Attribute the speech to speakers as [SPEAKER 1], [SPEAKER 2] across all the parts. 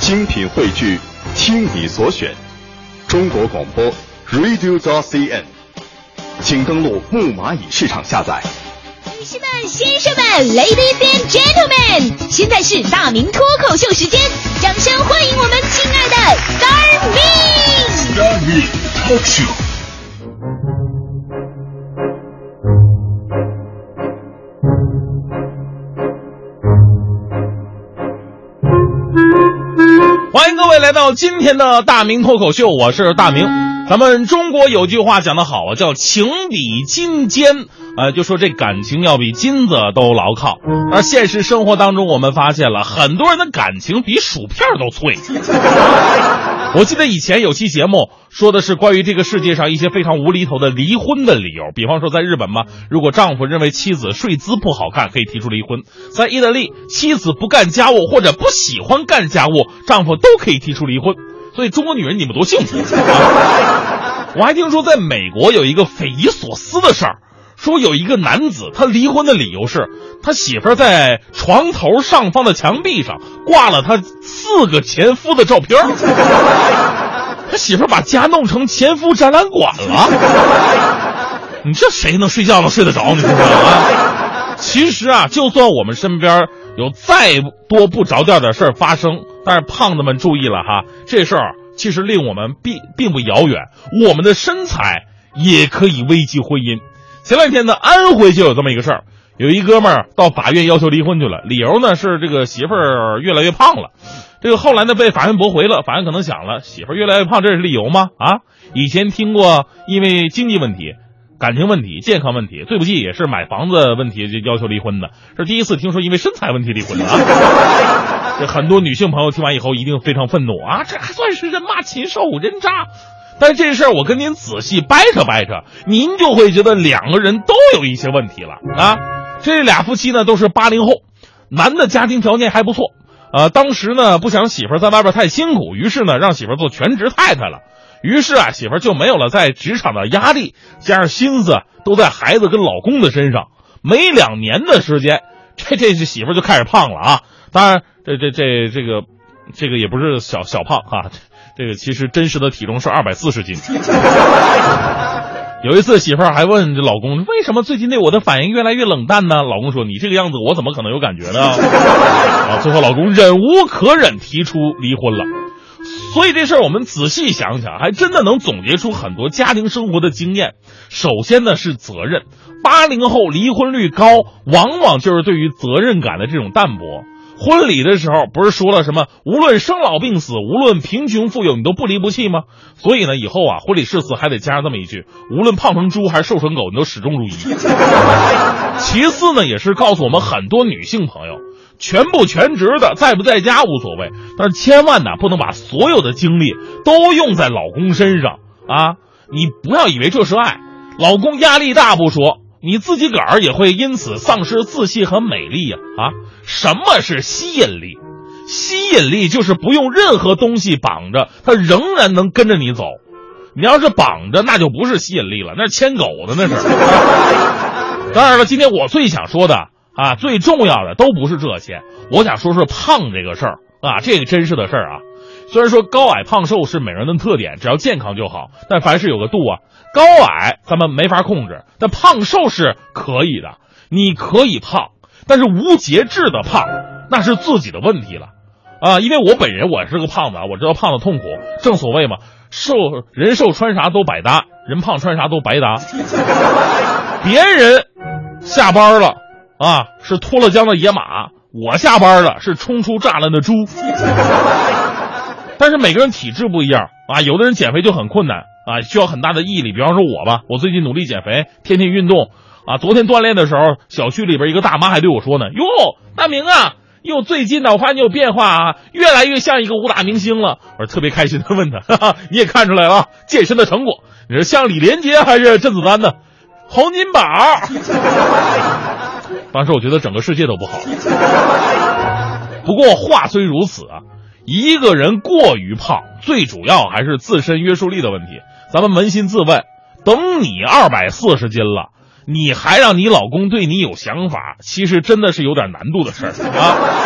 [SPEAKER 1] 精品汇聚，听你所选，中国广播 Radio.cn， 请登录木蚂蚁市场下载。
[SPEAKER 2] 女士们、先生们 ，Ladies and Gentlemen， 现在是大明脱口秀时间，掌声欢迎我们亲爱的 Star Me Talk Show。
[SPEAKER 3] 欢迎各位来到今天的大明脱口秀，我是大明。咱们中国有句话讲得好啊，叫情比金坚，就说这感情要比金子都牢靠。而现实生活当中，我们发现了很多人的感情比薯片都脆。我记得以前有期节目说的是关于这个世界上一些非常无厘头的离婚的理由，比方说在日本嘛，如果丈夫认为妻子睡姿不好看，可以提出离婚；在意大利，妻子不干家务或者不喜欢干家务，丈夫都可以提出离婚。所以中国女人你们多幸福啊！我还听说在美国有一个匪夷所思的事儿，说有一个男子他离婚的理由是他媳妇儿在床头上方的墙壁上挂了他4个前夫的照片，他媳妇儿把家弄成前夫展览馆了。你这谁能睡觉能睡得着？你说啊？其实啊，就算我们身边有再多不着调的事儿发生，但是胖子们注意了哈，这事儿其实令我们并不遥远，我们的身材也可以危及婚姻。前两天呢，安徽就有这么一个事儿，有一哥们儿到法院要求离婚去了，理由呢是这个媳妇儿越来越胖了。这个后来呢被法院驳回了，法院可能想了，媳妇儿越来越胖这是理由吗？啊，以前听过因为经济问题、感情问题、健康问题，对不起也是买房子问题就要求离婚的，是第一次听说因为身材问题离婚的啊。这很多女性朋友听完以后一定非常愤怒啊，这还算是人骂禽兽人渣。但是这事儿我跟您仔细掰扯掰扯，您就会觉得两个人都有一些问题了啊。这俩夫妻呢都是80后，男的家庭条件还不错，当时呢不想媳妇儿在外边太辛苦，于是呢让媳妇儿做全职太太了。于是啊，媳妇儿就没有了在职场的压力，加上心思都在孩子跟老公的身上。没2年的时间，这媳妇儿就开始胖了啊。当然，这个也不是小胖啊，这个其实真实的体重是240斤。有一次媳妇儿还问这老公，为什么最近对我的反应越来越冷淡呢？老公说，你这个样子我怎么可能有感觉呢？啊，最后老公忍无可忍提出离婚了。所以这事儿我们仔细想想，还真的能总结出很多家庭生活的经验。首先呢是责任，80后离婚率高，往往就是对于责任感的这种淡薄。婚礼的时候不是说了什么无论生老病死，无论贫穷富有，你都不离不弃吗？所以呢以后啊婚礼誓词还得加上这么一句，无论胖成猪还是瘦成狗，你都始终如一。其次呢也是告诉我们很多女性朋友，全不全职的在不在家无所谓，但是千万呢不能把所有的精力都用在老公身上啊！你不要以为这是爱，老公压力大不说，你自己个儿也会因此丧失自信和美丽呀！什么是吸引力？吸引力就是不用任何东西绑着，它仍然能跟着你走。你要是绑着，那就不是吸引力了，那是牵狗的那是。当然了，今天我最想说的啊，最重要的都不是这些，我想说说胖这个事儿啊，这个真实的事儿啊。虽然说高矮胖瘦是每人的特点，只要健康就好，但凡事有个度啊。高矮咱们没法控制，但胖瘦是可以的。你可以胖，但是无节制的胖那是自己的问题了啊。因为我本人我是个胖子啊，我知道胖的痛苦。正所谓嘛，人瘦穿啥都百搭，人胖穿啥都白搭。别人下班了啊是脱了缰的野马，我下班了是冲出栅栏的猪。但是每个人体质不一样啊，有的人减肥就很困难啊，需要很大的毅力。比方说我吧，我最近努力减肥，天天运动啊。昨天锻炼的时候，小区里边一个大妈还对我说呢，哟，大明啊，哟，最近呢我发现你有变化啊，越来越像一个武打明星了。我特别开心的问他，哈哈，你也看出来了健身的成果，你是像李连杰还是甄子丹呢？洪金宝。当时我觉得整个世界都不好了。不过话虽如此啊，一个人过于胖，最主要还是自身约束力的问题。咱们扪心自问，等你240斤了，你还让你老公对你有想法，其实真的是有点难度的事儿啊。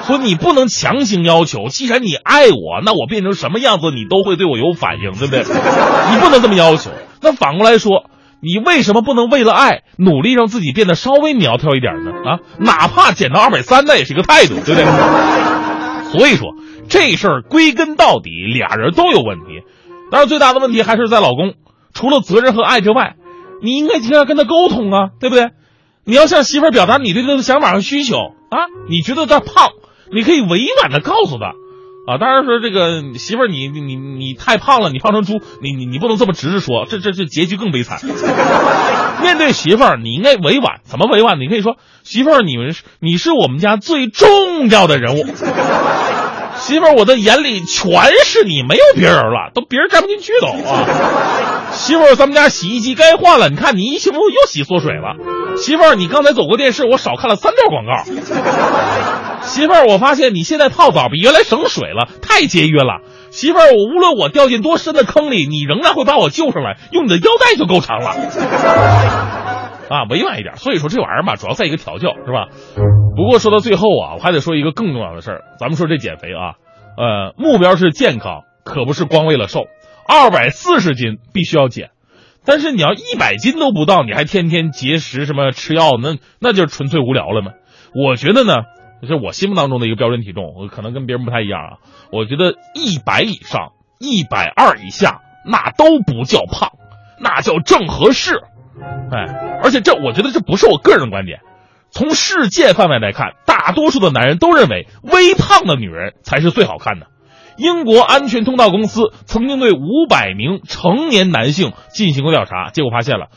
[SPEAKER 3] 所以你不能强行要求，既然你爱我，那我变成什么样子你都会对我有反应，对不对？你不能这么要求。那反过来说，你为什么不能为了爱努力让自己变得稍微苗条一点呢？啊，哪怕减到230那也是一个态度，对不对？所以说这事儿归根到底俩人都有问题，当然最大的问题还是在老公。除了责任和爱之外，你应该尽量跟他沟通啊，对不对？你要向媳妇儿表达你对他的想法和需求啊，你觉得他胖，你可以委婉的告诉他啊。当然说这个媳妇儿你太胖了，你胖成猪，你不能这么直着说，这结局更悲惨。面对媳妇儿你应该委婉，怎么委婉？你可以说媳妇儿你是我们家最重要的人物。媳妇儿，我的眼里全是你，没有别人了，都别人站不进去都啊！媳妇儿，咱们家洗衣机该换了，你看你一洗服又洗缩水了。媳妇儿，你刚才走过电视，我少看了3条广告。媳妇儿，我发现你现在泡澡比原来省水了，太节约了。媳妇儿，无论我掉进多深的坑里，你仍然会把我救上来，用你的腰带就够长了。啊，委婉一点。所以说这玩意儿吧，主要在一个调教，是吧？不过说到最后啊，我还得说一个更重要的事儿。咱们说这减肥啊，目标是健康，可不是光为了瘦。240斤必须要减，但是你要100斤都不到，你还天天节食什么吃药，那就是纯粹无聊了嘛。我觉得呢，这是我心目当中的一个标准体重，我可能跟别人不太一样啊。我觉得100以上，120以下，那都不叫胖，那叫正合适。而且我觉得这不是我个人的观点，从世界范围来看，大多数的男人都认为微胖的女人才是最好看的。英国安全通道公司曾经对500名成年男性进行过调查，结果发现了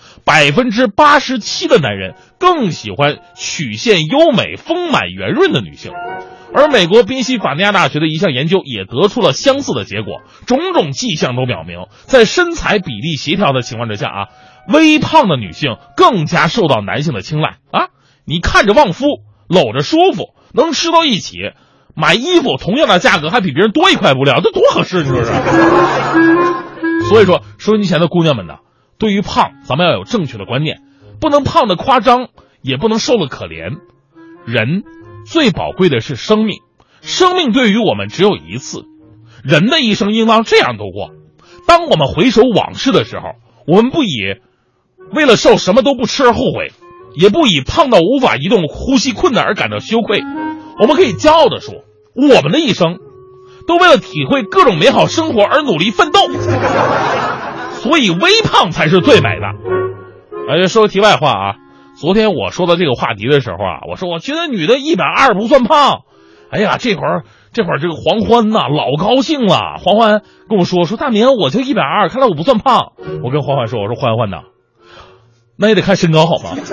[SPEAKER 3] 87%的男人更喜欢曲线优美、丰满圆润的女性。而美国宾夕法尼亚大学的一项研究也得出了相似的结果，种种迹象都表明，在身材比例协调的情况之下啊，微胖的女性更加受到男性的青睐啊！你看着旺夫，搂着舒服，能吃到一起，买衣服同样的价格还比别人多1块布料，这多合适，你说是？所以说，收音机前的姑娘们呢，对于胖，咱们要有正确的观念，不能胖的夸张，也不能瘦的可怜。人最宝贵的是生命，生命对于我们只有一次，人的一生应当这样度过。当我们回首往事的时候，我们不以为了瘦什么都不吃而后悔，也不以胖到无法移动、呼吸困难而感到羞愧。我们可以骄傲地说，我们的一生都为了体会各种美好生活而努力奋斗，所以微胖才是最美的。说个题外话啊，昨天我说到这个话题的时候啊，我说我觉得女的120不算胖。哎呀，这会儿这个黄欢呐，老高兴了。黄欢跟我说大明，我就120，看来我不算胖。我跟黄欢说，我说欢欢呐，那也得看身高好吗？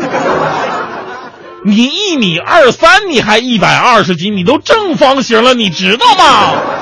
[SPEAKER 3] 你1.23米，你还120斤，你都正方形了，你知道吗？